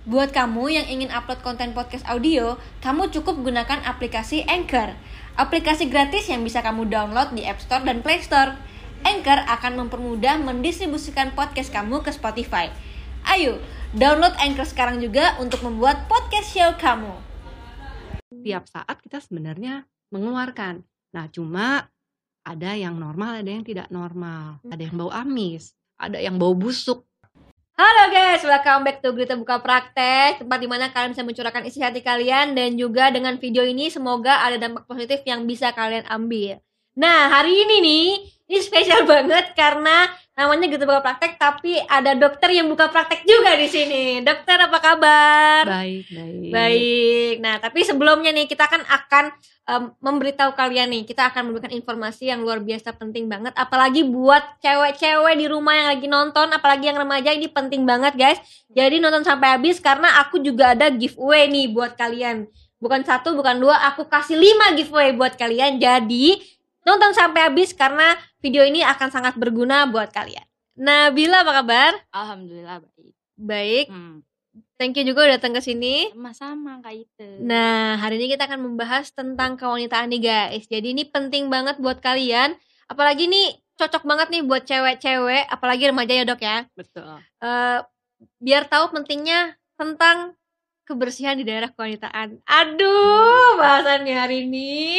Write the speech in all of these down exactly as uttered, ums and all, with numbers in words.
Buat kamu yang ingin upload konten podcast audio, kamu cukup gunakan aplikasi Anchor. Aplikasi gratis yang bisa kamu download di App Store dan Play Store. Anchor akan mempermudah mendistribusikan podcast kamu ke Spotify. Ayo, download Anchor sekarang juga untuk membuat podcast show kamu. Tiap saat kita sebenarnya mengeluarkan. Nah, cuma ada yang normal, ada yang tidak normal. Ada yang bau amis, ada yang bau busuk. Halo guys, welcome back to Berita Buka Praktek, tempat dimana kalian bisa mencurahkan isi hati kalian. Dan juga dengan video ini semoga ada dampak positif yang bisa kalian ambil. Nah, hari ini nih, ini spesial banget karena namanya Berita Buka Praktek, tapi ada dokter yang buka praktek juga di sini. Dokter, apa kabar? Baik, baik. Baik. Nah, tapi sebelumnya nih kita kan akan um, memberitahu kalian nih, kita akan memberikan informasi yang luar biasa penting banget, apalagi buat cewek-cewek di rumah yang lagi nonton, apalagi yang remaja, ini penting banget guys. Jadi nonton sampai habis karena aku juga ada giveaway nih buat kalian. Bukan satu, bukan dua, aku kasih lima giveaway buat kalian. Jadi nonton sampai habis karena video ini akan sangat berguna buat kalian. Nabila, apa kabar? Alhamdulillah baik. Baik. Hmm. Thank you juga udah datang ke sini. Sama-sama Kak Ite. Nah, hari ini kita akan membahas tentang kewanitaan nih guys. Jadi ini penting banget buat kalian. Apalagi nih cocok banget nih buat cewek-cewek, apalagi remaja ya dok ya. Betul. Uh, biar tahu pentingnya tentang kebersihan di daerah kewanitaan. Aduh, bahasannya hari ini.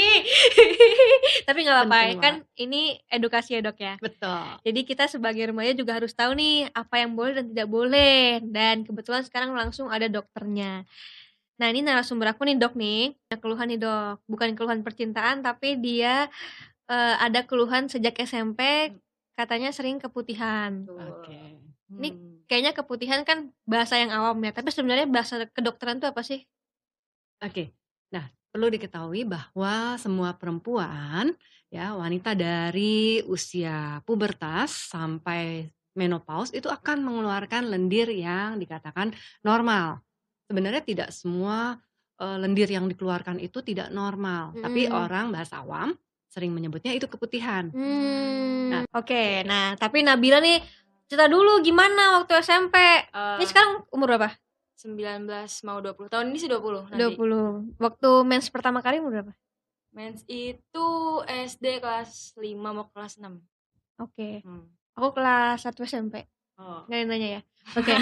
Tapi nggak apa-apa, Penting kan ini edukasi ya dok ya. Betul. Jadi kita sebagai remaja juga harus tahu nih apa yang boleh dan tidak boleh. Dan kebetulan sekarang langsung ada dokternya. Nah, ini narasumber aku nih dok nih. Ada keluhan nih dok, bukan keluhan percintaan, tapi dia uh, ada keluhan sejak S M P, katanya sering keputihan. Oke. Okay. Ini kayaknya keputihan kan bahasa yang awam ya, tapi sebenarnya bahasa kedokteran itu apa sih? Oke. Okay. Nah, perlu diketahui bahwa semua perempuan ya, wanita dari usia pubertas sampai menopause itu akan mengeluarkan lendir yang dikatakan normal. Sebenarnya tidak semua uh, lendir yang dikeluarkan itu tidak normal, hmm. tapi orang bahasa awam sering menyebutnya itu keputihan. Hmm. Nah, oke. Okay. Nah, tapi Nabila nih cerita dulu gimana waktu S M P. Uh, ini sekarang umur berapa? sembilan belas mau dua puluh. Tahun ini sih dua puluh nanti. dua puluh. Waktu mens pertama kali umur berapa? Mens itu S D kelas lima mau kelas enam. Oke. Okay. Hmm. Aku kelas satu S M P. Oh. Nggak nanya ya. Oke.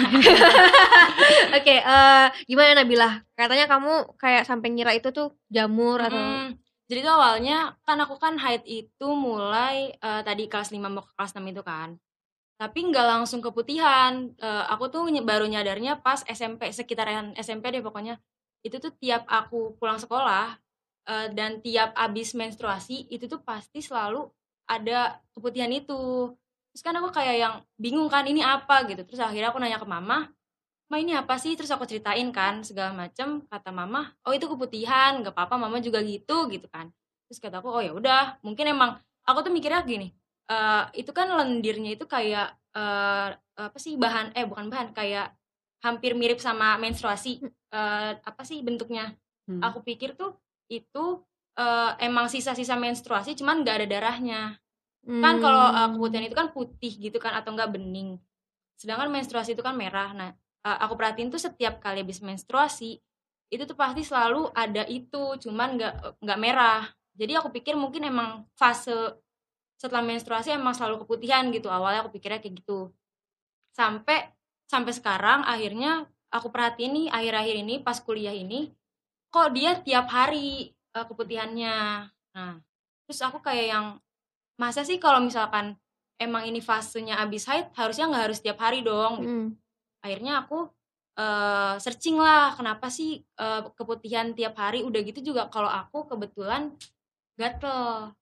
Oke, uh, gimana Nabila? Katanya kamu kayak sampai ngira itu tuh jamur hmm. atau Jadi tuh awalnya kan aku kan haid itu mulai uh, tadi kelas lima mau ke kelas enam itu kan. Tapi nggak langsung keputihan. Uh, aku tuh baru nyadarnya pas S M P, sekitaran S M P deh pokoknya. Itu tuh tiap aku pulang sekolah uh, dan tiap abis menstruasi itu tuh pasti selalu ada keputihan itu. Terus kan aku kayak yang bingung kan ini apa gitu. Terus akhirnya aku nanya ke mama, "Ma, ini apa sih?" Terus aku ceritain kan segala macem. Kata mama, "Oh, itu keputihan, nggak apa-apa, mama juga gitu," gitu kan. Terus kata aku, "Oh ya udah, mungkin emang," aku tuh mikirnya gini, uh, itu kan lendirnya itu kayak uh, apa sih bahan eh bukan bahan kayak hampir mirip sama menstruasi. Uh, apa sih bentuknya? Hmm. Aku pikir tuh itu uh, emang sisa-sisa menstruasi, cuman nggak ada darahnya. Hmm. Kan kalau uh, keputihan itu kan putih gitu kan atau enggak bening. Sedangkan menstruasi itu kan merah. Nah, uh, aku perhatiin tuh setiap kali habis menstruasi itu tuh pasti selalu ada itu, cuman nggak nggak merah. Jadi aku pikir mungkin emang fase setelah menstruasi emang selalu keputihan gitu. Awalnya aku pikirnya kayak gitu. Sampai sampai sekarang akhirnya aku perhatiin nih akhir-akhir ini pas kuliah ini kok dia tiap hari uh, keputihannya. Nah, terus aku kayak yang masa sih kalau misalkan emang ini fasenya abis haid harusnya nggak harus tiap hari dong gitu. Mm. Akhirnya aku uh, searching lah kenapa sih uh, keputihan tiap hari. Udah gitu juga kalau aku kebetulan gatel.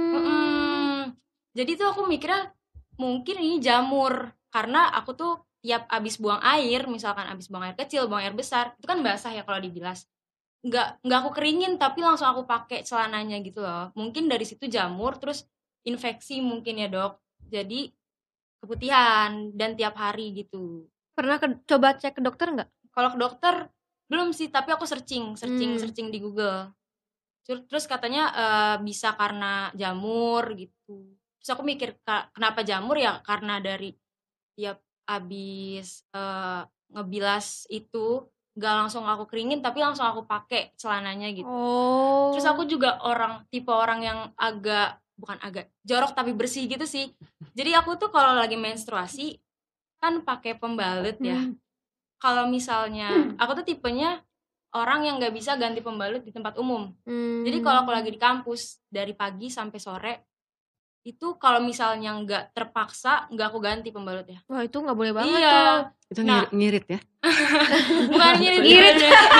Mm. Jadi tuh aku mikirnya mungkin ini jamur karena aku tuh tiap abis buang air, misalkan abis buang air kecil, buang air besar, itu kan basah ya kalau dibilas. Nggak nggak aku keringin tapi langsung aku pakai celananya gitu loh. Mungkin dari situ jamur, terus infeksi mungkin ya dok. Jadi keputihan dan tiap hari gitu. Pernah ke, coba cek ke dokter nggak? Kalau ke dokter belum sih, tapi aku searching, searching, hmm. searching di Google. Terus katanya uh, bisa karena jamur gitu. Terus aku mikir kenapa jamur ya karena dari tiap abis uh, ngebilas itu nggak langsung aku keringin tapi langsung aku pakai celananya gitu. Oh. Terus aku juga orang tipe orang yang agak bukan agak jorok tapi bersih gitu sih. Jadi aku tuh kalau lagi menstruasi kan pakai pembalut ya. Hmm. Kalau misalnya aku tuh tipenya orang yang nggak bisa ganti pembalut di tempat umum. Hmm. Jadi kalau aku lagi di kampus dari pagi sampai sore itu kalau misalnya nggak terpaksa nggak aku ganti pembalutnya. Wah itu nggak boleh banget Iya. tuh. Itu Nah. ngirit, ngirit ya. Bukan nyirit Ngirit.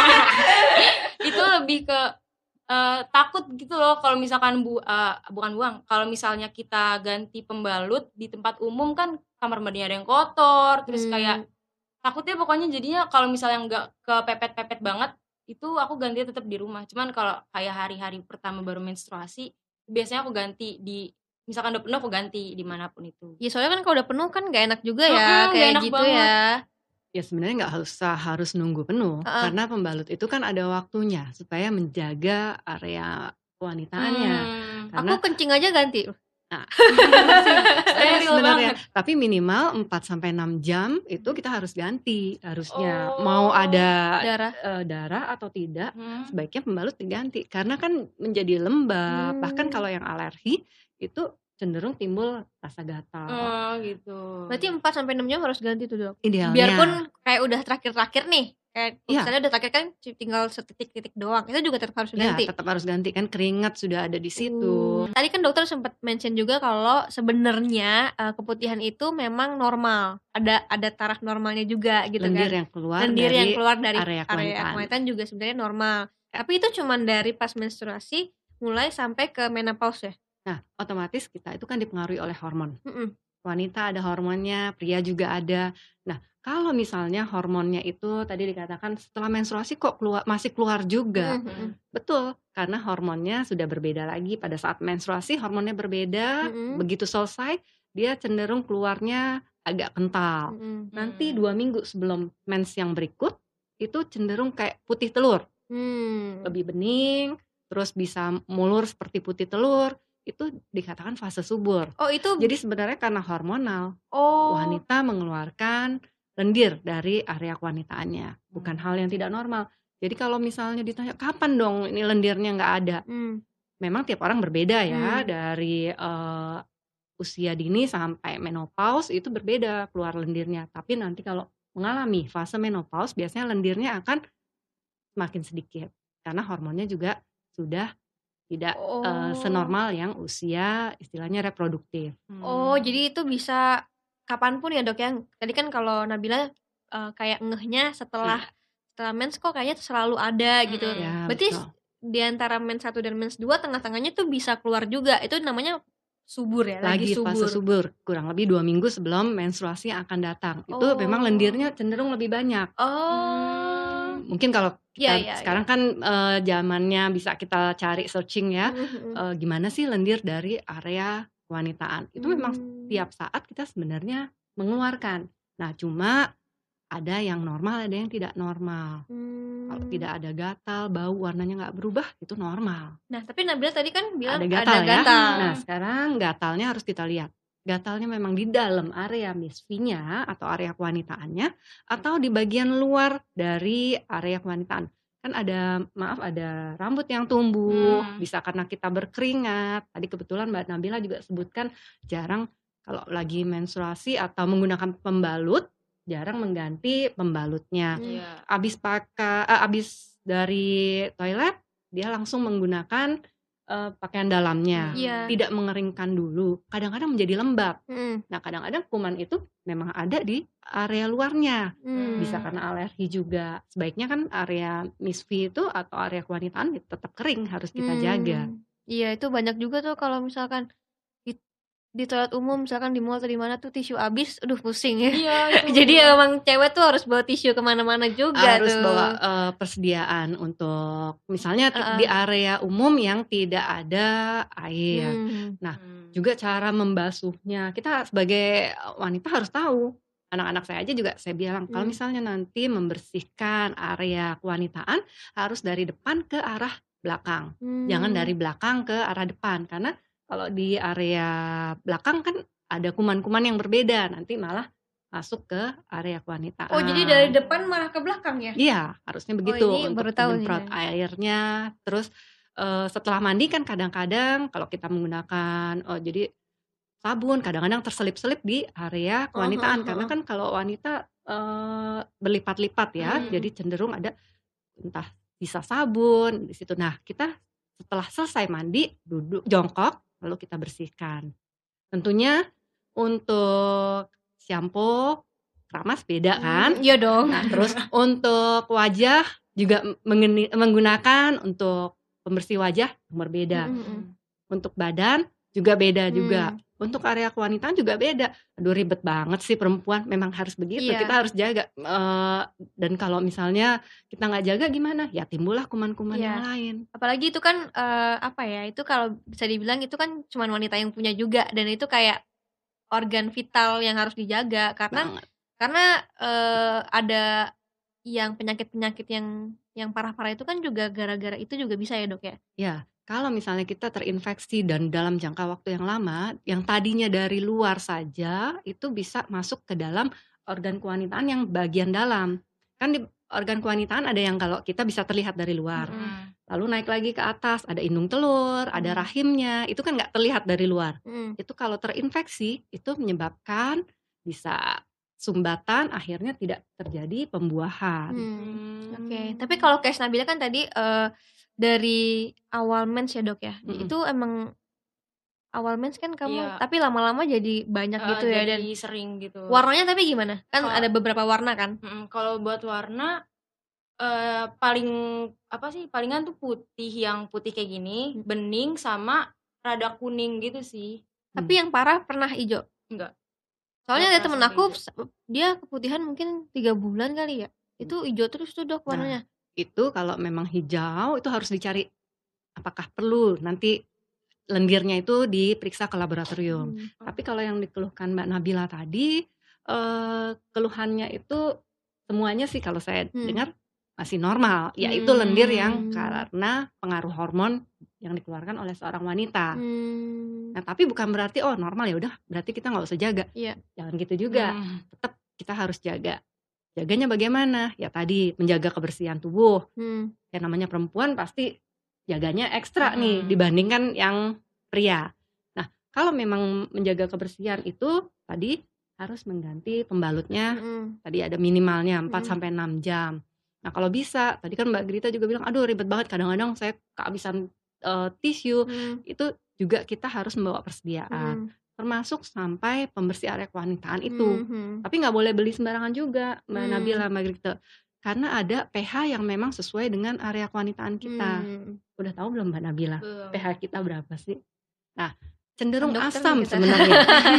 itu lebih ke eh, takut gitu loh kalau misalkan bu eh, bukan buang kalau misalnya kita ganti pembalut di tempat umum kan kamar mandinya ada yang kotor terus Hmm. kayak takutnya pokoknya jadinya kalau misalnya nggak kepepet-pepet banget itu aku ganti tetap di rumah. Cuman kalau kayak hari-hari pertama baru menstruasi biasanya aku ganti di misalkan udah penuh aku ganti dimanapun itu. Ya soalnya kan kalau udah penuh kan nggak enak juga ya, Mm-mm, nggak kayak enak gitu banget. ya. Ya sebenarnya nggak harus harus nunggu penuh Uh-uh. karena pembalut itu kan ada waktunya supaya menjaga area kewanitaannya. Hmm. Karena Aku kencing aja ganti. nah, Steril sebenarnya banget. tapi minimal empat sampai enam jam itu kita harus ganti harusnya. Oh. Mau ada Darah. eh, darah atau tidak Hmm. sebaiknya pembalut diganti karena kan menjadi lembab. Hmm. Bahkan kalau yang alergi itu cenderung timbul rasa gatal. Oh gitu. Berarti empat sampai enam jam harus ganti tuh, Dok. Idealnya. Biarpun kayak udah terakhir-terakhir nih. Kayak Iya. misalnya udah terakhir kan tinggal setitik-titik doang. Itu juga tetap harus Ya, ganti. tetap harus ganti kan keringat sudah ada di situ. Hmm. Tadi kan dokter sempat mention juga kalau sebenarnya uh, keputihan itu memang normal. Ada ada taraf normalnya juga gitu Lendir kan. yang keluar Lendir dari yang keluar dari area kewanitaan. kewanitaan juga sebenarnya normal. Tapi itu cuman dari pas menstruasi mulai sampai ke menopause ya. Nah, otomatis kita itu kan dipengaruhi oleh hormon. Mm-mm. Wanita ada hormonnya, pria juga ada. Nah, kalau misalnya hormonnya itu tadi dikatakan setelah menstruasi kok keluar masih keluar juga. Mm-mm. Betul, karena hormonnya sudah berbeda lagi pada saat menstruasi hormonnya berbeda. Mm-mm. Begitu selesai dia cenderung keluarnya agak kental. Mm-mm. Nanti Hmm. dua minggu sebelum mens yang berikut itu cenderung kayak putih telur, Hmm. lebih bening, terus bisa mulur seperti putih telur. Itu dikatakan fase subur. Oh itu Jadi sebenarnya karena hormonal, oh wanita mengeluarkan lendir dari area kewanitaannya, bukan Hmm. hal yang tidak normal. Jadi kalau misalnya ditanya kapan dong ini lendirnya nggak ada, Hmm. memang tiap orang berbeda ya. Hmm. Dari eh, usia dini sampai menopause itu berbeda keluar lendirnya. Tapi nanti kalau mengalami fase menopause biasanya lendirnya akan semakin sedikit karena hormonnya juga sudah tidak Oh. eh, senormal yang usia istilahnya reproduktif. Hmm. Oh, jadi itu bisa kapanpun ya, Dok, ya? Tadi kan kalau Nabila eh, kayak ngehnya setelah setelah mens kok kayaknya selalu ada gitu. Mm-mm. Ya, Berarti betul. di antara mens satu dan mens dua tengah-tengahnya tuh bisa keluar juga. Itu namanya subur ya, lagi, Lagi fase subur. subur kurang lebih dua minggu sebelum menstruasi yang akan datang. Itu Oh. memang lendirnya cenderung lebih banyak. Oh. Mungkin kalau kita Iya, iya, sekarang kan eh, zamannya bisa kita cari searching ya, Mhm. eh, gimana sih lendir dari area kewanitaan. Itu memang Hmm. tiap saat kita sebenarnya mengeluarkan. Nah, cuma ada yang normal, ada yang tidak normal. Hmm. Kalau tidak ada gatal, bau, warnanya nggak berubah, itu normal. Nah, tapi Nabila tadi kan bilang Ada ada gatal ya. gatal. Nah, sekarang gatalnya harus kita lihat. Gatalnya memang di dalam area misfinya atau area kewanitaannya atau di bagian luar dari area kewanitaan. Kan ada, maaf, ada rambut yang tumbuh, Hmm. bisa karena kita berkeringat. Tadi kebetulan Mbak Nabila juga sebutkan jarang kalau lagi menstruasi atau menggunakan pembalut, jarang mengganti pembalutnya. Hmm. Iya. Abis pakai eh, abis dari toilet dia langsung menggunakan eh, pakaian dalamnya, Iya. tidak mengeringkan dulu. Kadang-kadang menjadi lembab. Hmm. Nah, kadang-kadang kuman itu memang ada di area luarnya. Hmm. Bisa karena alergi juga. Sebaiknya kan area misfi itu atau area kewanitaan tetap kering, harus kita Hmm. jaga. Iya, itu banyak juga tuh kalau misalkan di, di toilet umum, misalkan di mall atau di mana tuh tisu habis, aduh pusing ya. Iya, itu Jadi bener. emang cewek tuh harus bawa tisu kemana-mana juga Harus tuh. bawa eh, persediaan untuk misalnya Uh-uh. di area umum yang tidak ada air. Hmm. Nah, Hmm. juga cara membasuhnya. Kita sebagai wanita harus tahu. Anak-anak saya aja juga saya bilang, kalau Hmm. misalnya nanti membersihkan area kewanitaan harus dari depan ke arah belakang. Jangan Hmm. dari belakang ke arah depan. Karena kalau di area belakang kan ada kuman-kuman yang berbeda. Nanti malah masuk ke area kewanitaan. Oh, jadi dari depan malah ke belakang ya? Iya, harusnya Oh, begitu ini untuk baru tahu nih menyemprot saya. airnya. Terus eh, setelah mandi kan kadang-kadang kalau kita menggunakan oh jadi sabun kadang-kadang terselip-selip di area Oh, heeh, kewanitaan karena heeh. kan kalau wanita eh, berlipat-lipat ya, Mm-mm. jadi cenderung ada entah sisa sabun di situ. Nah, kita setelah selesai mandi duduk jongkok lalu kita bersihkan. Tentunya untuk shampoo keramas beda kan. Hmm, iya dong. Nah, terus untuk wajah juga mengeni- menggunakan untuk pembersih wajah yang berbeda. Mm-mm, mm-mm. Untuk badan juga beda juga. Hmm. Untuk area kewanitaan juga beda. Aduh ribet banget sih perempuan, memang harus begitu. Iya. Kita harus jaga. Eh, dan kalau misalnya kita nggak jaga gimana? Ya timbullah kuman-kuman Iya. yang lain. Apalagi itu kan eh, apa ya? Itu kalau bisa dibilang itu kan cuma wanita yang punya juga, dan itu kayak organ vital yang harus dijaga karena Banget. karena eh, ada yang penyakit-penyakit yang yang parah-parah itu kan juga gara-gara itu juga bisa ya, Dok ya? Ya, kalau misalnya kita terinfeksi dan dalam jangka waktu yang lama, yang tadinya dari luar saja itu bisa masuk ke dalam organ kewanitaan yang bagian dalam. Kan di organ kewanitaan ada yang kalau kita bisa terlihat dari luar. Mm-mm. Lalu naik lagi ke atas, ada indung telur, ada Hmm. rahimnya, itu kan nggak terlihat dari luar. Mm. Itu kalau terinfeksi, itu menyebabkan bisa sumbatan, akhirnya tidak terjadi pembuahan. Hmm. Oke, tapi kalau case Nabila kan tadi eh, dari awal mens ya, Dok ya. Mm-mm. Itu emang awal mens kan kamu, Iya. tapi lama-lama jadi banyak Eh, gitu ya, dan jadi sering gitu. warnanya tapi gimana? Kan Kalau- ada beberapa warna kan? Mm-mm, kalau buat warna eh, paling apa sih? Palingan tuh putih, yang putih kayak gini, Hmm. bening sama rada kuning gitu sih. Tapi yang parah pernah hijau. Enggak. Soalnya Nggak ada temen terasa aku, hijau. s- dia keputihan mungkin tiga bulan kali ya. Itu hijau terus tuh, Dok, warnanya. Itu kalau memang hijau itu harus dicari apakah perlu nanti lendirnya itu diperiksa ke laboratorium. Hmm. Tapi kalau yang dikeluhkan Mbak Nabila tadi, eh, keluhannya itu semuanya sih kalau saya Hmm. dengar masih normal, yaitu Hmm. lendir yang karena pengaruh hormon yang dikeluarkan oleh seorang wanita. Hmm. Nah, tapi bukan berarti oh normal ya udah berarti kita nggak usah jaga. Iya. Jangan gitu juga. Hmm. Tetap kita harus jaga. Jaganya bagaimana? Ya tadi menjaga kebersihan tubuh. Hmm. Ya namanya perempuan pasti jaganya ekstra Hmm. nih dibandingkan yang pria. Nah, kalau memang menjaga kebersihan itu tadi harus mengganti pembalutnya. Hmm. Tadi ada minimalnya empat Hmm. sampai enam jam. Nah, kalau bisa, tadi kan Mbak Grita juga bilang, aduh ribet banget kadang-kadang saya kehabisan eh, tisu. Hmm. Itu juga kita harus membawa persediaan. Hmm. Termasuk sampai pembersih area kewanitaan itu. Hmm. Tapi nggak boleh beli sembarangan juga, Mbak Hmm. Nabila, Mbak Grita. Karena ada pH yang memang sesuai dengan area kewanitaan kita. Hmm. Udah tahu belum Mbak Nabila? Belum. pH kita berapa sih? Nah, cenderung Kan dokter asam nih kita. sebenarnya.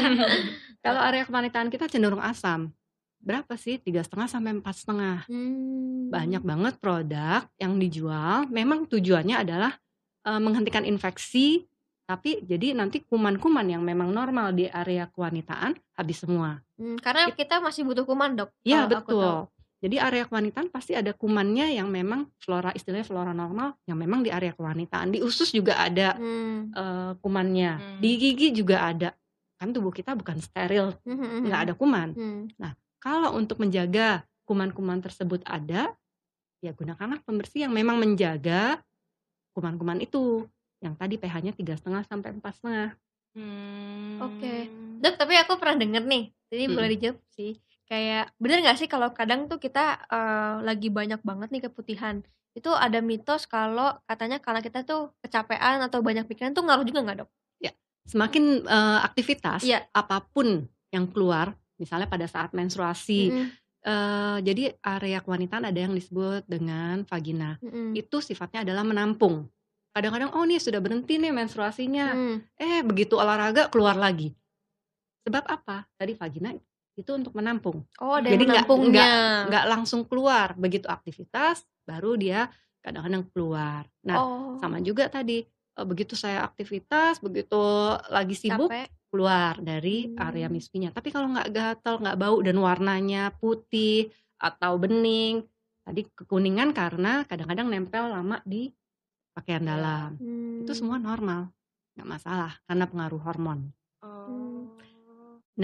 Kalau area kewanitaan kita cenderung asam. Berapa sih? Tiga setengah sampai empat setengah. Hmm. Banyak banget produk yang dijual. Memang tujuannya adalah eh, menghentikan infeksi. Tapi jadi nanti kuman-kuman yang memang normal di area kewanitaan habis semua. Hmm, karena kita masih butuh kuman, Dok. Iya kalau aku tahu. betul. Jadi area kewanitaan pasti ada kumannya yang memang flora istilahnya flora normal yang memang di area kewanitaan. Di usus juga ada Hmm. eh, kumannya. Hmm. Di gigi juga ada. Kan tubuh kita bukan steril, Hmm, hmm, hmm. nggak ada kuman. Hmm. Kalau untuk menjaga kuman-kuman tersebut ada, ya gunakanlah pembersih yang memang menjaga kuman-kuman itu. Yang tadi pH-nya tiga setengah sampai empat setengah. Hmm. Oke. Dok, tapi aku pernah denger nih, jadi Hmm. boleh dijawab sih. Kayak bener nggak sih kalau kadang tuh kita eh, lagi banyak banget nih keputihan, itu ada mitos kalau katanya kalau kita tuh kecapean atau banyak pikiran tuh ngaruh juga nggak, Dok? Semakin eh, aktivitas Iya. apapun yang keluar, misalnya pada saat menstruasi, Mm-mm. eh, jadi area kewanitaan ada yang disebut dengan vagina. Mm-mm. Itu sifatnya adalah menampung. Kadang-kadang oh nih sudah berhenti nih menstruasinya, Hmm. eh begitu olahraga keluar lagi. Sebab apa? Tadi vagina itu untuk menampung. Oh, ada Jadi yang nggak menampungnya. nggak nggak langsung keluar. Begitu aktivitas baru dia kadang-kadang keluar. Nah, Oh, sama juga tadi eh, begitu saya aktivitas, begitu lagi sibuk capek. keluar dari Hmm. area misfinya. Tapi kalau nggak gatal, nggak bau dan warnanya putih atau bening, tadi kekuningan karena kadang-kadang nempel lama di pakaian Iya. dalam. Hmm. Itu semua normal, nggak masalah karena pengaruh hormon. Oh. Nah,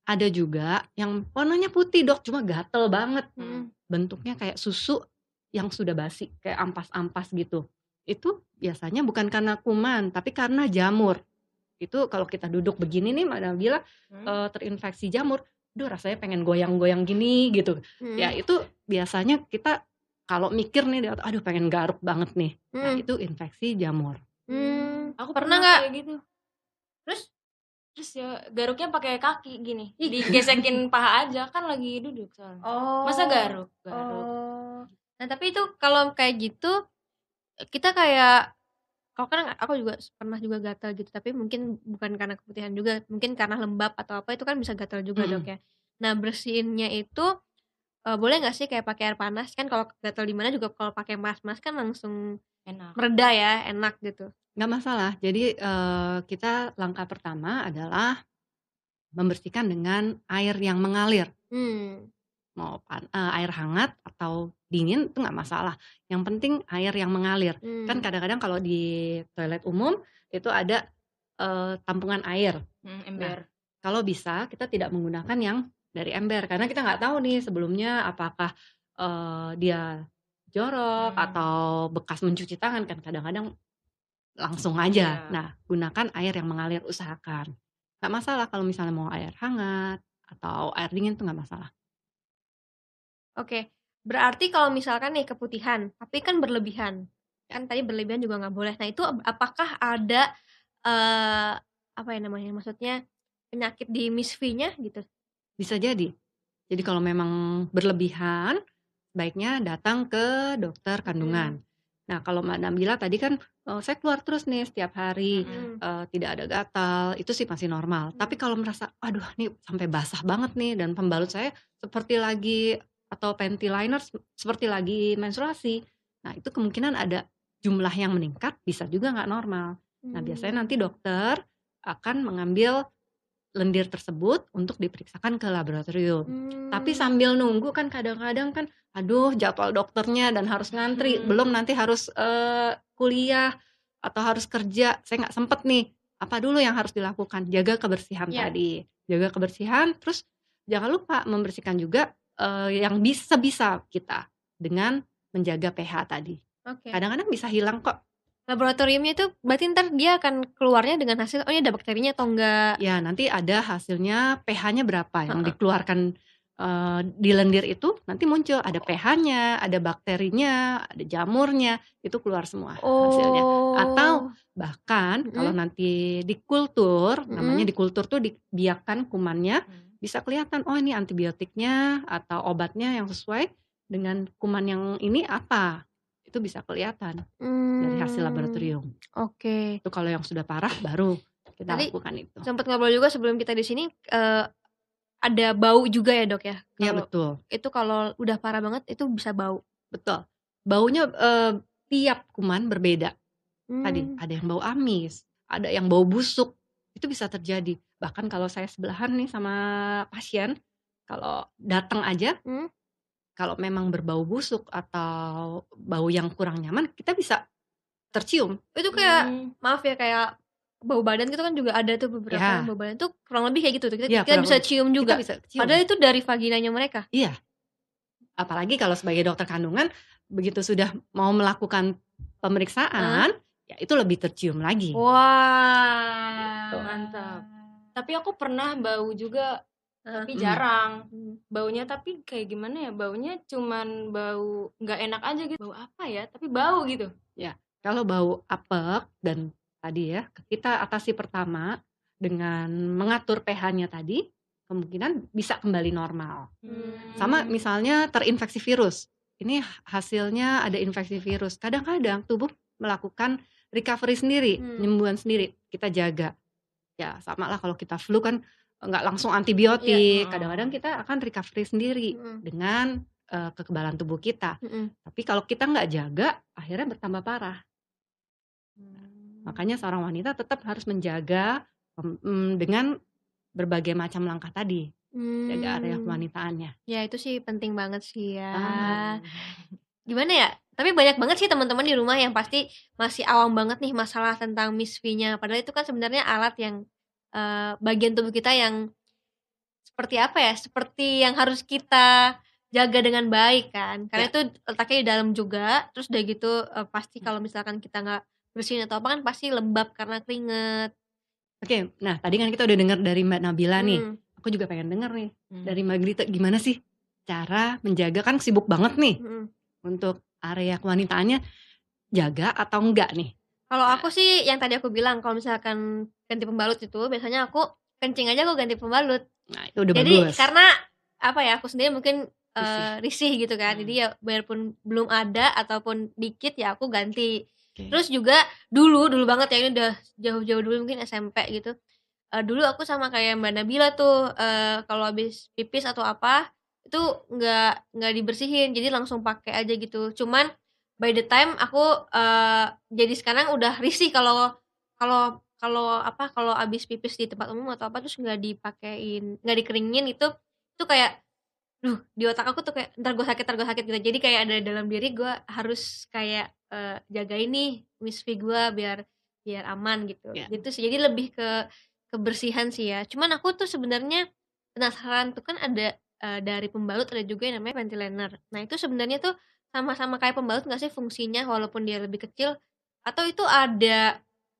Ada juga yang warnanya putih Dok, cuma gatel banget. Mhm. Bentuknya kayak susu yang sudah basi, kayak ampas-ampas gitu. Itu biasanya bukan karena kuman, tapi karena jamur. Itu kalau kita duduk begini nih, Mbak Nabila, Hmm. eee, terinfeksi jamur, duh rasanya pengen goyang-goyang gini gitu. Ya Mhm. itu biasanya kita kalau mikir nih, aduh pengen garuk banget nih. Nah Hmm. itu infeksi jamur. Mmm, Aku pernah pernah nggak? kayak gitu. Terus? Terus ya garuknya pakai kaki gini, Ih. digesekin paha aja, kan lagi duduk soalnya. Oh. Masa garuk? Garuk. Oh. Nah tapi itu kalau kayak gitu, kita kayak kalau kan aku juga pernah juga gatal gitu, tapi mungkin bukan karena keputihan juga, mungkin karena lembab atau apa itu kan bisa gatal juga Dok Mhm. ya. Nah bersihinnya itu, eee, boleh nggak sih kayak pakai air panas? Kan kalau gatal di mana juga kalau pakai mask-mask kan langsung Enak. mereda ya, enak gitu. Nggak masalah. Jadi, eee, kita langkah pertama adalah membersihkan dengan air yang mengalir. Mmm. Mau pan eee, air hangat atau dingin itu nggak masalah, yang penting air yang mengalir. Kan Mmm. kadang-kadang kalau di toilet umum itu ada, eee, tampungan air. Hmm, Nah, ember. kalau bisa kita tidak menggunakan yang dari ember, karena kita nggak tahu nih sebelumnya apakah, eee, dia jorok Hmm. atau bekas mencuci tangan, kan kadang-kadang langsung aja. Iya. Nah, gunakan air yang mengalir, usahakan. Nggak masalah kalau misalnya mau air hangat atau air dingin itu nggak masalah. Oke, berarti kalau misalkan nih keputihan, tapi kan berlebihan, kan tadi berlebihan juga nggak boleh. Nah itu apakah ada, eee, apa ya namanya, maksudnya penyakit di misfinya gitu? Bisa jadi. Jadi kalau memang berlebihan, baiknya datang ke dokter kandungan. Mhm. Nah kalau Mbak Nabila tadi kan, eee, saya keluar terus nih setiap hari, Mhm. Mhm. eee, tidak ada gatal, itu sih masih normal. Tapi Mmm. kalau merasa, aduh nih sampai basah banget nih dan pembalut saya seperti lagi atau panty liner se seperti lagi menstruasi. Nah itu kemungkinan ada jumlah yang meningkat, bisa juga nggak normal. Nah biasanya nanti Mmm. dokter akan mengambil lendir tersebut untuk diperiksakan ke laboratorium. Tapi Mmm. sambil nunggu kan kadang-kadang kan, aduh jadwal dokternya dan harus ngantri, Hmm. belum nanti harus, eee, kuliah atau harus kerja, saya nggak sempet nih. Apa dulu yang harus dilakukan? Jaga kebersihan Iya. tadi, jaga kebersihan, terus jangan lupa membersihkan juga, eee, yang bis sebisa kita dengan menjaga pH tadi. Oke. Kadang-kadang bisa hilang kok. Laboratoriumnya itu berarti entar dia akan keluarnya dengan hasil, oh ini ada bakterinya atau enggak? Ya nanti ada hasilnya pH-nya berapa yang Heeh. dikeluarkan, eee, di lendir itu nanti muncul ada pH-nya, ada bakterinya, ada jamurnya, itu keluar semua hasilnya. Atau Oh. bahkan kalau Mhm. nanti dikultur, namanya Mhm. dikultur tuh dibiarkan kumannya, Hmm. bisa kelihatan, oh ini antibiotiknya atau obatnya yang sesuai dengan kuman yang ini apa, itu bisa kelihatan dari hasil Mmm. laboratorium. Oke. Itu kalau yang sudah parah baru kita Tadi lakukan itu. sempet ngobrol juga sebelum kita di sini, eee, ada bau juga ya Dok ya? Iya Kalau betul. itu kalau udah parah banget itu bisa bau? Betul. Baunya, eee, tiap kuman berbeda. Tadi Mmm. ada yang bau amis, ada yang bau busuk, itu bisa terjadi. Bahkan kalau saya sebelahan nih sama pasien, kalau datang aja, Mmm. kalau memang berbau busuk atau bau yang kurang nyaman, kita bisa tercium. Itu kayak, Hmm. maaf ya, kayak bau badan gitu kan juga ada tuh beberapa yang Ya. bau badan tuh kurang lebih kayak gitu tuh, kita Iya kita kurang bisa lebih, cium kita juga? bisa Padahal cium. itu dari vaginanya mereka? Iya. Apalagi kalau sebagai dokter kandungan, begitu sudah mau melakukan Heeh. pemeriksaan, ya itu lebih tercium lagi. Wah. Gitu. Mantap. Tapi aku pernah bau juga, Heeh. tapi Mhm. jarang. Mmm. Baunya tapi kayak gimana ya, baunya cuman bau nggak enak aja gitu. Bau apa ya, tapi bau gitu. Ya, kalau bau apek dan tadi ya, kita atasi pertama dengan mengatur pH-nya tadi, kemungkinan bisa kembali normal. Mmm. Sama misalnya terinfeksi virus, ini hasilnya ada infeksi virus, kadang-kadang tubuh melakukan recovery sendiri, Mmm. penyembuhan sendiri, kita jaga. Ya samalah kalau kita flu kan nggak langsung Iya. antibiotik, Heeh. kadang-kadang kita akan recovery sendiri Mhm. dengan, eee, kekebalan tubuh kita. Mhm. Tapi kalau kita nggak jaga, akhirnya bertambah parah. Mmm. Makanya seorang wanita tetap harus menjaga, mmm, dengan berbagai macam langkah tadi, jaga area Mmm. kewanitaannya. Ya itu sih penting banget sih ya. Banget. Gimana ya, tapi banyak banget sih teman-teman di rumah yang pasti masih awam banget nih masalah tentang misfinya, padahal itu kan sebenarnya alat yang, eee, bagian tubuh kita yang seperti apa ya, seperti yang harus kita jaga dengan baik kan. Karena Ya. itu letaknya di dalam juga, terus udah gitu uh, pasti kalau misalkan kita nggak bersihin atau apa kan pasti lembab karena keringet. Oke, nah tadi kan kita udah dengar dari Mbak Nabila nih. Hmm. Aku juga pengen denger nih Hmm. dari Mbak Grita, gimana sih cara menjaga, kan sibuk banget nih Hmm. untuk area kewanitaannya, jaga atau enggak nih? Kalau aku sih yang tadi aku bilang, kalau misalkan ganti pembalut itu biasanya aku kencing aja aku ganti pembalut. Nah itu udah Jadi bagus. karena apa ya, aku sendiri mungkin Risih. uh, risih gitu kan. Hmm. Jadi ya biarpun belum ada ataupun dikit ya aku ganti. Oke. Terus juga dulu dulu banget ya, ini udah jauh-jauh dulu mungkin S M P gitu. Uh, dulu aku sama kayak Mbak Nabila tuh uh, kalau habis pipis atau apa itu nggak nggak dibersihin, jadi langsung pakai aja gitu. Cuman by the time aku uh, jadi sekarang udah risih kalau kalau kalau apa kalau habis pipis di tempat umum atau apa terus nggak dipakein, nggak dikeringin itu itu kayak duh di otak aku tuh kayak ntar gue sakit ntar gue sakit gitu. Jadi kayak ada dalam diri gue harus kayak uh, jaga ini wisfi gue biar biar aman gitu. Ya. Gitu sih, jadi lebih ke kebersihan sih ya. Cuman aku tuh sebenarnya penasaran tuh kan ada uh, dari pembalut ada juga yang namanya ventilator. Nah itu sebenarnya tuh sama-sama kayak pembalut nggak sih fungsinya walaupun dia lebih kecil, atau itu ada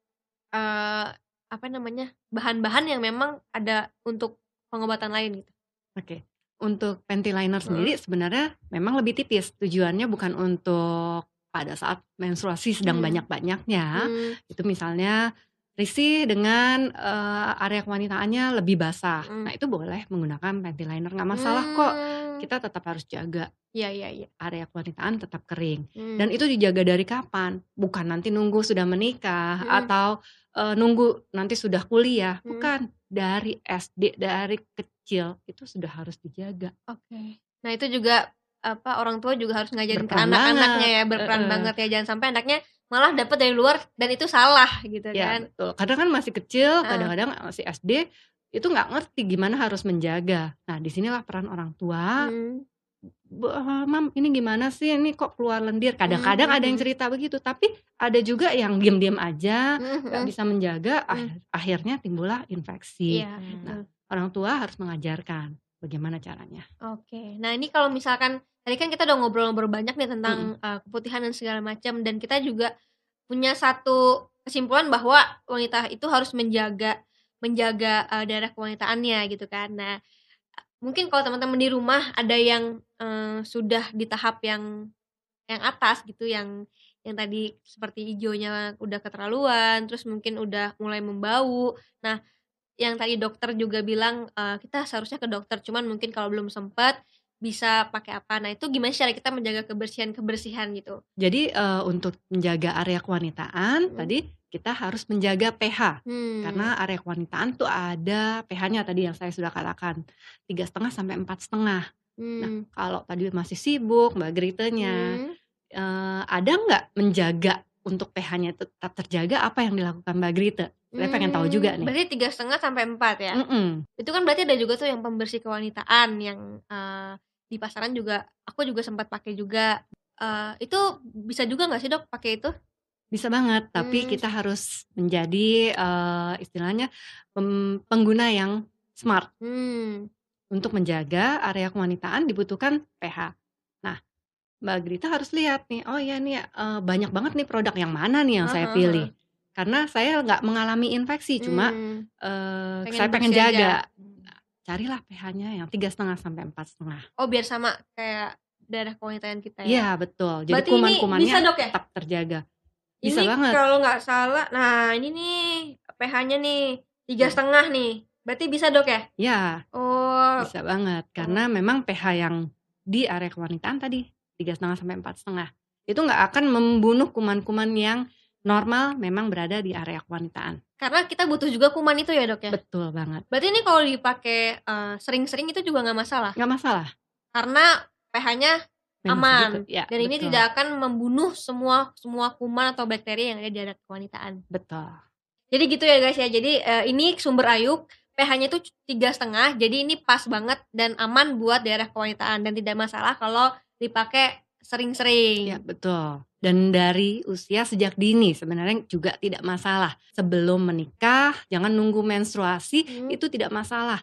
uh, apa namanya bahan-bahan yang memang ada untuk pengobatan lain gitu? Oke, untuk ventilator sendiri sebenarnya memang lebih tipis. Tujuannya bukan untuk pada saat menstruasi sedang Hmm. banyak-banyaknya. Hmm. Itu misalnya risih dengan uh, area kewanitaannya lebih basah. Hmm. Nah itu boleh menggunakan ventilator, nggak masalah kok. Hmm. Kita tetap harus jaga Iya iya iya. area kewanitaan tetap kering. Hmm. Dan itu dijaga dari kapan? Bukan nanti nunggu sudah menikah Hmm. atau uh, nunggu nanti sudah kuliah. Hmm. Bukan, dari S D, dari kecil itu sudah harus dijaga. Oke. Nah itu juga apa orang tua juga harus ngajarin ke Berperan anak-anaknya banget. ya, berperan Heeh. banget ya, jangan sampai anaknya malah dapat dari luar dan itu salah gitu Ya kan. betul. Kadang kan masih kecil, Ah. kadang-kadang masih S D itu nggak ngerti gimana harus menjaga. Nah disinilah peran orang tua. Hmm. "Bu, eh, Mam ini gimana sih, ini kok keluar lendir." Kadang-kadang Hmm. ada yang cerita begitu, tapi ada juga yang diam-diam aja, Hmm. nggak bisa menjaga, Hmm. akhir- akhirnya timbullah infeksi. Iya. Hmm. Nah orang tua harus mengajarkan bagaimana caranya. Oke. Nah ini kalau misalkan tadi kan kita udah ngobrol-ngobrol banyak nih tentang uh, keputihan dan segala macam, dan kita juga punya satu kesimpulan bahwa wanita itu harus menjaga menjaga uh, daerah kewanitaannya gitu kan. Nah mungkin kalau teman-teman di rumah ada yang uh, sudah di tahap yang yang atas gitu, yang yang tadi seperti hijaunya udah keterlaluan, terus mungkin udah mulai membau. Nah yang tadi dokter juga bilang uh, kita seharusnya ke dokter, cuman mungkin kalau belum sempat bisa pakai apa. Nah itu gimana sih cara kita menjaga kebersihan-kebersihan gitu? Jadi uh, untuk menjaga area kewanitaan Hmm. tadi kita harus menjaga pH. Hmm. Karena area kewanitaan tuh ada pH-nya tadi yang saya sudah katakan tiga setengah sampai empat setengah. Hmm. Nah kalau tadi masih sibuk Mbak Gritanya, Hmm. uh, ada nggak menjaga untuk pH-nya tetap terjaga, apa yang dilakukan Mbak Grita? Saya pengen tahu juga nih. Berarti tiga setengah sampai empat ya? Mm-mm. Itu kan berarti ada juga tuh yang pembersih kewanitaan yang uh, di pasaran juga, aku juga sempat pakai juga. Uh, itu bisa juga nggak sih dok pakai itu? Bisa banget, tapi Hmm. kita harus menjadi uh, istilahnya pem- pengguna yang smart. Hmm. Untuk menjaga area kewanitaan dibutuhkan pH. Nah, Mbak Grita harus lihat nih, oh ya nih uh, banyak banget nih produk yang mana nih yang saya Aha, pilih. aha. Karena saya nggak mengalami infeksi, cuma Hmm. uh, Pengen saya pengen bersih aja. jaga. Nah, carilah pH-nya yang tiga setengah sampai empat setengah. Oh biar sama kayak daerah kewanitaan kita ya? Iya betul. Jadi Berarti ini kuman-kumannya bisa dok ya? tetap terjaga. Bisa Ini banget. kalau nggak salah, nah ini nih pH-nya nih tiga Hmm. setengah nih, berarti bisa dok ya? Ya, Oh, bisa banget. Karena memang pH yang di area kewanitaan tadi tiga setengah sampai empat setengah itu nggak akan membunuh kuman-kuman yang normal memang berada di area kewanitaan. karena kita butuh juga kuman itu ya dok ya? Betul banget. Berarti ini kalau dipakai uh, sering-sering itu juga nggak masalah? Nggak masalah. Karena pH-nya Memang aman segitu. Ya, dan ini betul. tidak akan membunuh semua semua kuman atau bakteri yang ada di daerah kewanitaan. Betul. Jadi gitu ya guys ya. Jadi uh, ini sumber Ayuk pH-nya itu tiga setengah. Jadi ini pas banget dan aman buat daerah kewanitaan dan tidak masalah kalau dipakai sering-sering. Ya betul. Dan dari usia sejak dini sebenarnya juga tidak masalah. Sebelum menikah, jangan nunggu menstruasi, Hmm. itu tidak masalah.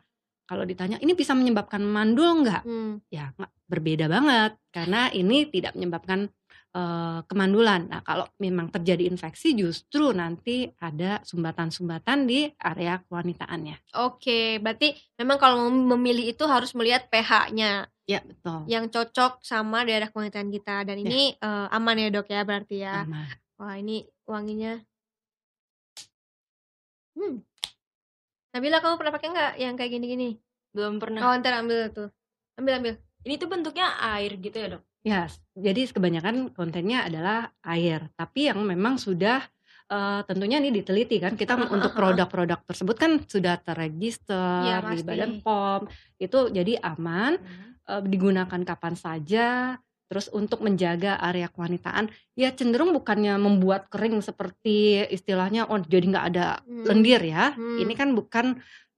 kalau ditanya ini bisa menyebabkan mandul nggak? Hmm. Ya nggak, berbeda banget karena ini tidak menyebabkan uh, kemandulan. Nah kalau memang terjadi infeksi justru nanti ada sumbatan-sumbatan di area kewanitaannya. Oke, berarti memang kalau mem- memilih itu harus melihat pH-nya Ya betul. yang cocok sama daerah kewanitaan kita. Dan Ya. ini eh, aman ya dok ya berarti ya. Aman. Wah ini wanginya. Hmm. Nabila kamu pernah pakai nggak yang kayak gini-gini? Belum pernah. Oh ntar ambil tuh. Ambil ambil. Ini tuh bentuknya air gitu ya dok? Ya, jadi kebanyakan kontennya adalah air. Tapi yang memang sudah uh, tentunya ini diteliti kan. Kita untuk produk-produk tersebut kan sudah terregister Iya, di pasti. Badan P O M. Itu jadi aman, Hmm. uh, digunakan kapan saja. Terus untuk menjaga area kewanitaan, ya cenderung bukannya membuat kering seperti istilahnya, oh jadi nggak ada Hmm. lendir ya. Hmm. Ini kan bukan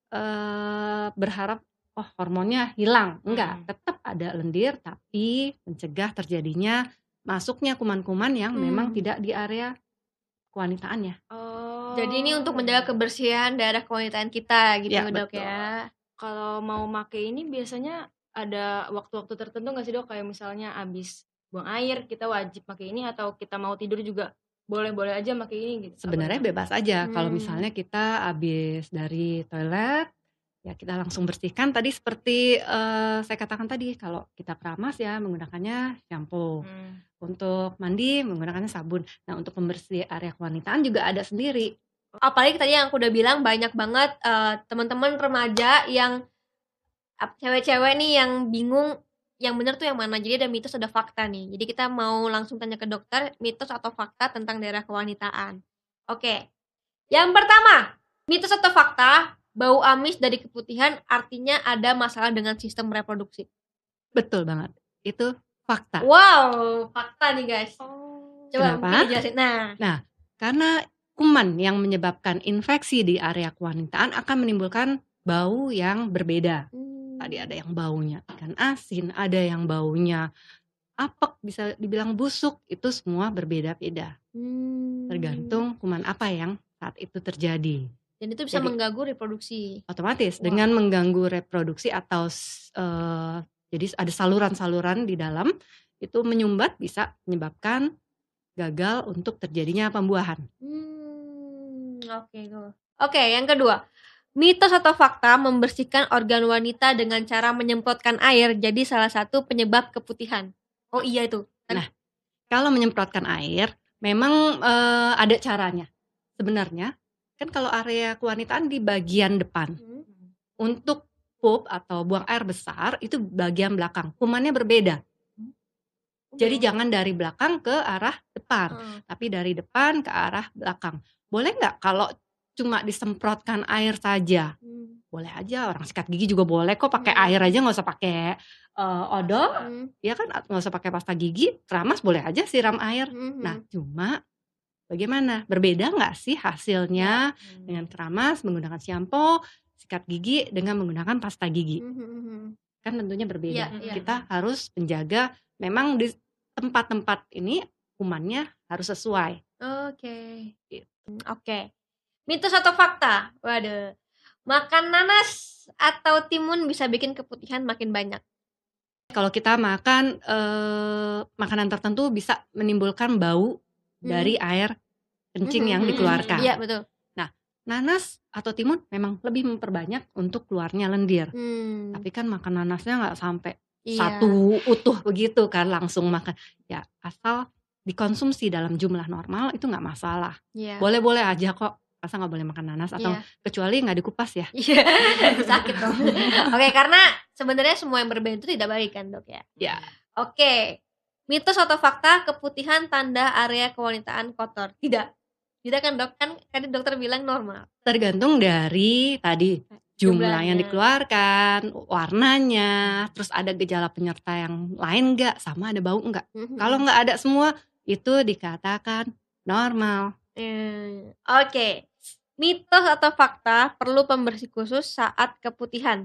uh, berharap oh hormonnya hilang, enggak, Hmm. tetap ada lendir tapi mencegah terjadinya masuknya kuman-kuman yang Hmm. memang tidak di area kewanitaannya. Oh. Jadi ini untuk menjaga kebersihan daerah kewanitaan kita gitu Ya, dok betul. ya. Kalau mau make ini biasanya ada waktu-waktu tertentu nggak sih dok? Kayak misalnya abis buang air kita wajib pakai ini, atau kita mau tidur juga boleh-boleh aja pakai ini gitu? Sebenarnya Apa gimana? bebas aja. Kalau Hmm. misalnya kita habis dari toilet, ya kita langsung bersihkan. Tadi seperti eh, saya katakan tadi, kalau kita keramas ya menggunakannya shampoo. Hmm. Untuk mandi menggunakannya sabun. Nah untuk pembersih area kewanitaan juga ada sendiri. Apalagi tadi yang aku udah bilang banyak banget eh, teman-teman remaja yang ap- cewek-cewek nih yang bingung yang benar tuh yang mana. Jadi ada mitos ada fakta nih. Jadi kita mau langsung tanya ke dokter mitos atau fakta tentang daerah kewanitaan. Oke. Yang pertama, mitos atau fakta bau amis dari keputihan artinya ada masalah dengan sistem reproduksi. Betul banget. Itu fakta. Wow, fakta nih guys. Oh. Coba Kenapa? mungkin dijelasin. Nah, Karena kuman yang menyebabkan infeksi di area kewanitaan akan menimbulkan bau yang berbeda. hmm, Tadi ada yang baunya ikan asin, ada yang baunya apek, bisa dibilang busuk. Itu semua berbeda-beda. hmm. Tergantung kuman apa yang saat itu terjadi. Dan itu bisa Jadi- mengganggu reproduksi. Otomatis Wah. dengan mengganggu reproduksi atau eh, jadi ada saluran-saluran di dalam itu menyumbat, bisa menyebabkan gagal untuk terjadinya pembuahan. Hmm, oke tuh. Oke, yang kedua. Mitos atau fakta membersihkan organ wanita dengan cara menyemprotkan air jadi salah satu penyebab keputihan. Oh iya itu. Kan- Nah, kalau menyemprotkan air memang eh, ada caranya. Sebenarnya kan kalau area kewanitaan di bagian depan. Hmm. Untuk pup atau buang air besar itu bagian belakang. Kumannya berbeda. Jadi Oke. jangan dari belakang ke arah depan, Heeh. tapi dari depan ke arah belakang. Boleh nggak kalau cuma disemprotkan air saja? Hmm. Boleh aja, orang sikat gigi juga boleh kok pakai Hmm. air aja, nggak usah pakai eh, odol, Hmm. ya kan, nggak usah pakai pasta gigi, keramas boleh aja siram air. Hmm. Nah, cuma bagaimana? Berbeda nggak sih hasilnya Hmm. dengan keramas menggunakan shampoo, sikat gigi dengan menggunakan pasta gigi? Hmm, hmm, hmm. Kan tentunya berbeda. Iya, iya. Kita harus menjaga memang di tempat-tempat ini kumannya harus sesuai. Oke. Gitu. Hmm, Oke. Mitos atau fakta? Waduh. Makan nanas atau timun bisa bikin keputihan makin banyak. Kalau kita makan eh, makanan tertentu bisa menimbulkan bau dari air kencing Hmm, yang hmm, dikeluarkan. Iya, betul. Nanas atau timun memang lebih memperbanyak untuk keluarnya lendir. Hmm. Tapi kan makan nanasnya nggak sampai Iya. satu utuh begitu kan, langsung makan. Ya asal dikonsumsi dalam jumlah normal itu nggak masalah. Iya. Boleh-boleh aja kok. Masa nggak boleh makan nanas, atau Iya. kecuali nggak dikupas ya. Iya. Sakit dong. Oke, karena sebenarnya semua yang berbeda itu tidak baik kan, Dok ya. Ya. Oke. Mitos atau fakta keputihan tanda area kewanitaan kotor? Tidak. Tidak kan, Dok? Kan tadi dokter bilang normal. Tergantung dari tadi jumlah yang Jumlahnya. dikeluarkan, warnanya, terus ada gejala penyerta yang lain nggak, sama ada bau nggak. Mhm. Kalau nggak ada semua itu dikatakan normal. Hmm, Oke. Mitos atau fakta perlu pembersih khusus saat keputihan?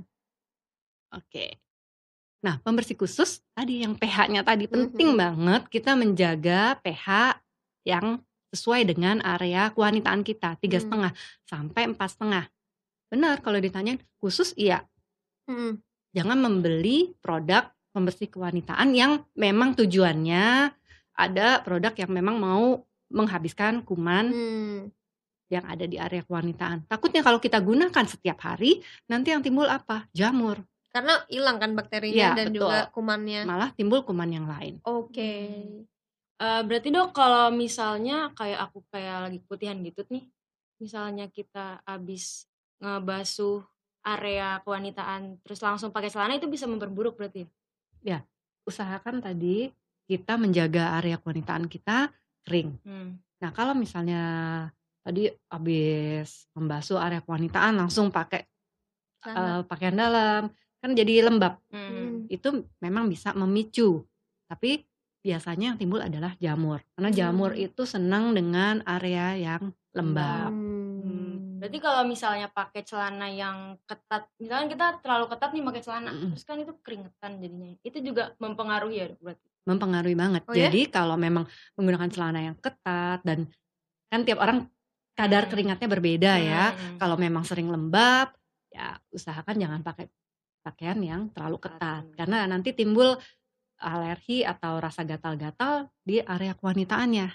Oke. Nah, pembersih khusus tadi yang pH-nya tadi Mhm. penting banget kita menjaga pH yang sesuai dengan area kewanitaan kita, tiga Hmm. setengah sampai empat setengah. Benar kalau ditanyain khusus, iya. Mhm. Jangan membeli produk pembersih kewanitaan yang memang tujuannya ada produk yang memang mau menghabiskan kuman Hmm. yang ada di area kewanitaan. Takutnya kalau kita gunakan setiap hari, nanti yang timbul apa? Jamur. Karena hilang kan bakterinya Iya, dan betul. juga kumannya. Malah timbul kuman yang lain. Oke. Eh, berarti Dok, kalau misalnya kayak aku kayak lagi keputihan gitu nih, misalnya kita habis ngebasuh area kewanitaan terus langsung pakai celana, itu bisa memperburuk berarti? Ya, usahakan tadi kita menjaga area kewanitaan kita kering. Hmm. Nah, kalau misalnya tadi habis membasuh area kewanitaan langsung pakai Celana. uh, pakaian dalam, kan jadi lembab. Hmm. Itu memang bisa memicu. Tapi biasanya yang timbul adalah jamur. Karena jamur Hmm. itu senang dengan area yang lembab. Hmm. Hmm. Berarti kalau misalnya pakai celana yang ketat, misalnya kita terlalu ketat nih pakai celana, Mm-mm. terus kan itu keringetan jadinya. Itu juga mempengaruhi ya Dok, berarti? Mempengaruhi banget. Oh ya? Jadi kalau memang menggunakan celana yang ketat dan kan tiap orang kadar Hmm. keringatnya berbeda ya. Hmm. Kalau memang sering lembab, ya usahakan jangan pakai pakaian yang terlalu ketat. Hmm. Karena nanti timbul alergi atau rasa gatal-gatal di area kewanitaannya.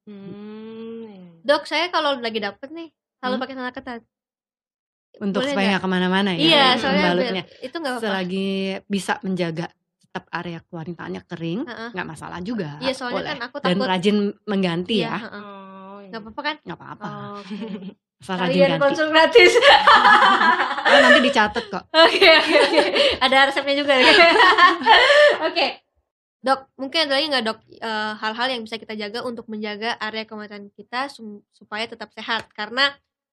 Hmm. Dok, saya kalau lagi dapet nih selalu Hmm? pakai celana ketat. Untuk Boleh supaya nggak? nggak kemana-mana ya Iya, Hmm. soalnya membalutnya. biar- itu nggak apa-apa. Selagi bisa menjaga tetap area kewanitaannya kering, Heeh. nggak masalah juga. Iya, soalnya boleh. kan aku Dan takut. rajin mengganti Iya, ya. heeh. Oh, iya. Nggak apa-apa kan? Nggak apa-apa. Oke. Asal rajin Kalian ganti. konsul gratis. Oh, nanti dicatat kok. Oke, oke, oke. Ada resepnya juga. Oke. Dok, mungkin ada lagi nggak dok eh, hal-hal yang bisa kita jaga untuk menjaga area kewanitaan kita sum- supaya tetap sehat? Karena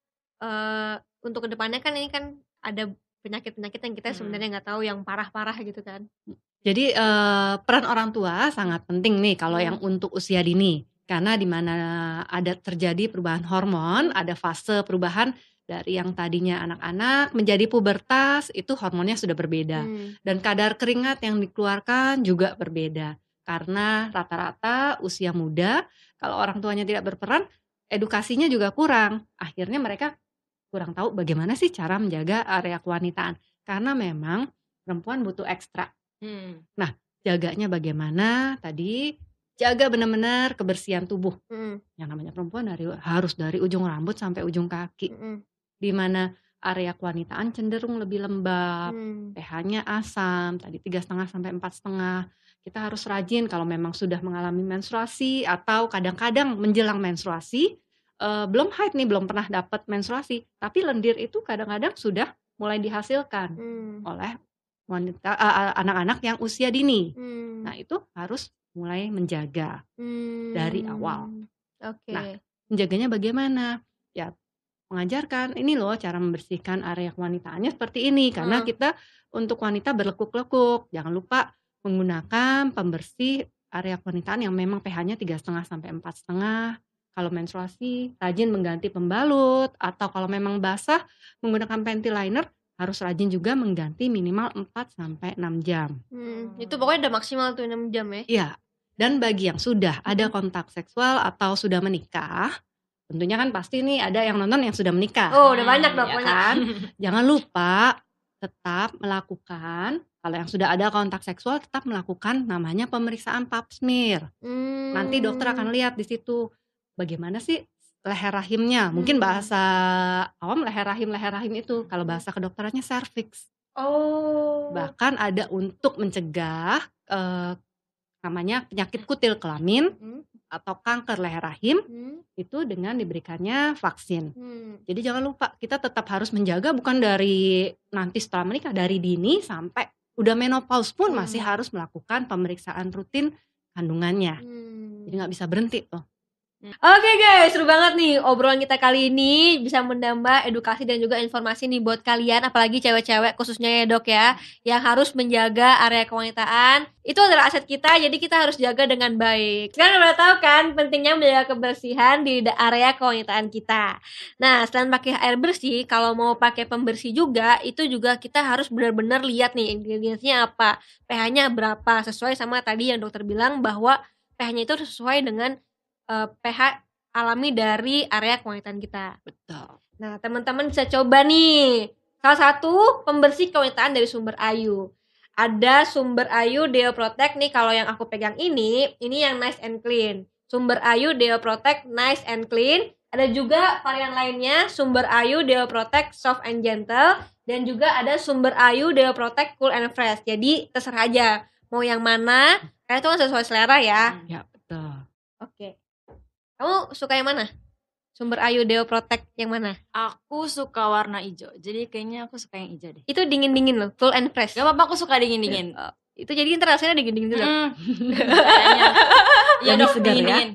eh, untuk kedepannya kan ini kan ada penyakit-penyakit yang kita Hmm. sebenarnya nggak tahu yang parah-parah gitu kan. Jadi eh, peran orang tua sangat penting nih kalau Hmm. yang untuk usia dini. Karena di mana ada terjadi perubahan hormon, ada fase perubahan dari yang tadinya anak-anak menjadi pubertas, itu hormonnya sudah berbeda. Hmm. Dan kadar keringat yang dikeluarkan juga berbeda. Karena rata-rata usia muda, kalau orang tuanya tidak berperan, edukasinya juga kurang. Akhirnya mereka kurang tahu bagaimana sih cara menjaga area kewanitaan. Karena memang perempuan butuh ekstra. Hmm. Jaganya bagaimana? Tadi jaga benar-benar kebersihan tubuh. Hmm. Yang namanya perempuan dari harus dari ujung rambut sampai ujung kaki. Hmm. Di mana area kewanitaan cenderung lebih lembab, Hmm. pH-nya asam, tadi tiga setengah sampai empat setengah. Kita harus rajin kalau memang sudah mengalami menstruasi atau kadang-kadang menjelang menstruasi, eh, belum haid nih, belum pernah dapat menstruasi, tapi lendir itu kadang-kadang sudah mulai dihasilkan Hmm. oleh wanita eh, anak-anak yang usia dini. Hmm. Nah, itu harus mulai menjaga. Hmm. dari awal. Oke. Nah, Menjaganya bagaimana? Ya, mengajarkan ini loh cara membersihkan area kewanitaannya seperti ini. Karena Hmm. kita untuk wanita berlekuk-lekuk, jangan lupa menggunakan pembersih area kewanitaan yang memang pH-nya tiga setengah sampai empat setengah. Kalau menstruasi, rajin mengganti pembalut, atau kalau memang basah menggunakan panty liner, harus rajin juga mengganti minimal empat sampai enam jam. Hmm. Itu pokoknya udah maksimal tuh enam jam ya. Iya. Dan bagi yang sudah ada Mhm. kontak seksual atau sudah menikah, tentunya kan pasti nih ada yang nonton yang sudah menikah. Oh, udah banyak dok, ya banyak. kan? Jangan lupa tetap melakukan, kalau yang sudah ada kontak seksual tetap melakukan namanya pemeriksaan pap smear. Hmm. Nanti dokter akan lihat di situ bagaimana sih leher rahimnya. Mungkin Hmm. bahasa awam leher rahim leher rahim itu, kalau bahasa kedokterannya cervix. Oh. Bahkan ada untuk mencegah eh, namanya penyakit kutil kelamin Hmm. atau kanker leher rahim, Hmm. itu dengan diberikannya vaksin. Hmm. Jadi jangan lupa kita tetap harus menjaga, bukan dari nanti setelah menikah, dari dini sampai udah menopause pun Hmm. masih harus melakukan pemeriksaan rutin kandungannya. Hmm. Jadi nggak bisa berhenti tuh. Oke guys, seru banget nih obrolan kita kali ini, bisa menambah edukasi dan juga informasi nih buat kalian, apalagi cewek-cewek khususnya ya dok ya, yang harus menjaga area kewanitaan. Itu adalah aset kita, jadi kita harus jaga dengan baik. Sekarang udah tahu kan pentingnya menjaga kebersihan di da- area kewanitaan kita. Nah, selain pakai air bersih, kalau mau pakai pembersih juga, itu juga kita harus benar-benar lihat nih ingredientsnya apa, pH-nya berapa, sesuai sama tadi yang dokter bilang bahwa pH-nya itu sesuai dengan Uh, pH alami dari area kewanitaan kita. Betul. Nah, teman-teman bisa coba nih Salah satu pembersih kewanitaan dari Sumber Ayu. Ada Sumber Ayu Deo Protect nih, kalau yang aku pegang ini, ini yang nice and clean. Sumber Ayu Deo Protect nice and clean. Ada juga varian lainnya, Sumber Ayu Deo Protect soft and gentle, dan juga ada Sumber Ayu Deo Protect cool and fresh. Jadi terserah aja mau yang mana, karena itu kan sesuai selera ya. Ya, betul. Oke. Kamu suka yang mana? Sumber Ayu Deo Protect yang mana? Aku suka warna hijau. Jadi kayaknya aku suka yang hijau deh. Itu dingin-dingin loh, cool and fresh. Gak apa-apa, aku suka dingin-dingin. Oh, itu jadi ntar rasanya dingin-dingin juga. Hmm. Kayaknya. Iya Lebih dong, segar ya. dingin-dingin.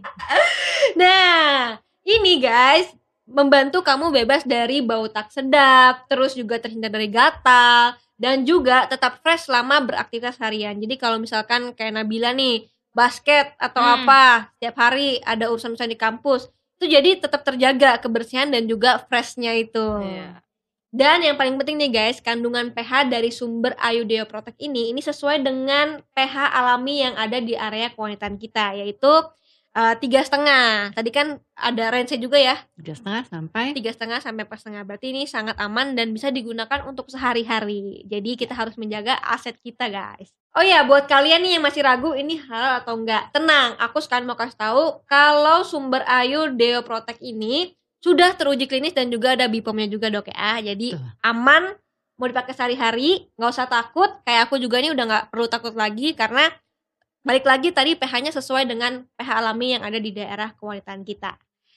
Nah, ini guys membantu kamu bebas dari bau tak sedap, terus juga terhindar dari gatal, dan juga tetap fresh selama beraktivitas harian. Jadi kalau misalkan kayak Nabila nih, basket atau Hmm. apa, setiap hari ada urusan-urusan di kampus, itu jadi tetap terjaga kebersihan dan juga freshnya itu. Iya. Dan yang paling penting nih guys, kandungan pH dari Sumber Ayu Deo Protect ini ini sesuai dengan pH alami yang ada di area kewanitaan kita, yaitu eh, tiga setengah. Tadi kan ada range juga ya, Tiga setengah sampai tiga setengah sampai empat setengah. Berarti ini sangat aman dan bisa digunakan untuk sehari-hari. Jadi kita harus menjaga aset kita guys. Oh ya, buat kalian nih yang masih ragu ini halal atau enggak, tenang, aku sekarang mau kasih tahu kalau Sumber Ayu Deo Protect ini sudah teruji klinis dan juga ada B P O M-nya juga dok ya. Jadi Betul. aman, mau dipakai sehari-hari, nggak usah takut. Kayak aku juga nih udah nggak perlu takut lagi karena balik lagi tadi pH-nya sesuai dengan pH alami yang ada di daerah kewanitaan kita.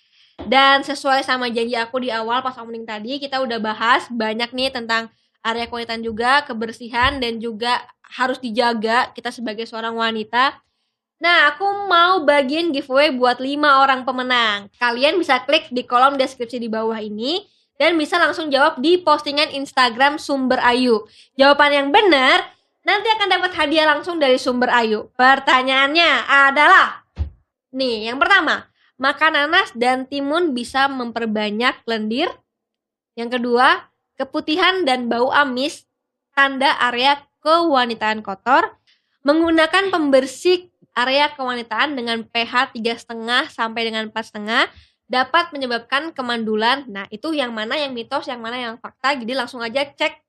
Dan sesuai sama janji aku di awal pas opening tadi, kita udah bahas banyak nih tentang area kewanitaan juga, kebersihan dan juga harus dijaga kita sebagai seorang wanita. Nah, aku mau bagiin giveaway buat lima orang pemenang. Kalian bisa klik di kolom deskripsi di bawah ini dan bisa langsung jawab di postingan Instagram Sumber Ayu. Jawaban yang benar nanti akan dapat hadiah langsung dari Sumber Ayu. Pertanyaannya adalah, nih yang pertama, makan nanas dan timun bisa memperbanyak lendir. Yang kedua, keputihan dan bau amis, tanda area kewanitaan kotor. Menggunakan pembersih area kewanitaan dengan pH tiga setengah sampai dengan empat setengah dapat menyebabkan kemandulan. Nah, itu yang mana yang mitos, yang mana yang fakta. Jadi langsung aja cek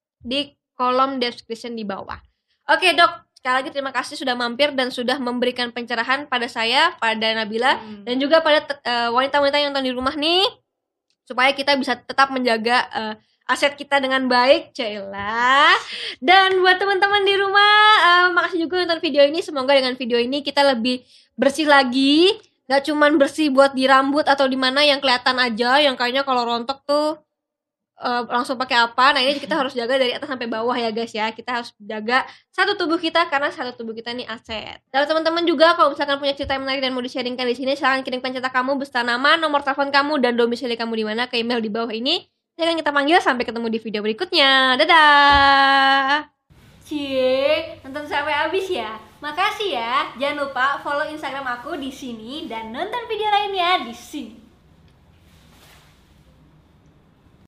di kolom description di bawah. Oke dok, sekali lagi terima kasih sudah mampir dan sudah memberikan pencerahan pada saya, pada Nabila, Hmm. dan juga pada uh, wanita-wanita yang nonton di rumah nih, supaya kita bisa tetap menjaga uh, aset kita dengan baik, Cela. Dan buat teman-teman di rumah, uh, makasih juga nonton video ini. Semoga dengan video ini kita lebih bersih lagi, gak cuman bersih buat di rambut atau di mana yang kelihatan aja, yang kayaknya kalau rontok tuh uh, langsung pakai apa. Nah ini kita harus jaga dari atas sampai bawah ya guys ya. Kita harus jaga satu tubuh kita karena satu tubuh kita ini aset. Dan teman-teman juga kalau misalkan punya cerita yang menarik dan mau di-sharingkan di sini, silahkan kirimkan cerita kamu beserta nama, nomor telepon kamu dan domisili kamu di mana ke email di bawah ini. Nanti akan kita panggil. Sampai ketemu di video berikutnya. Dadah. Cie, nonton sampai habis ya. Makasih ya. Jangan lupa follow Instagram aku di sini dan nonton video lainnya di sini.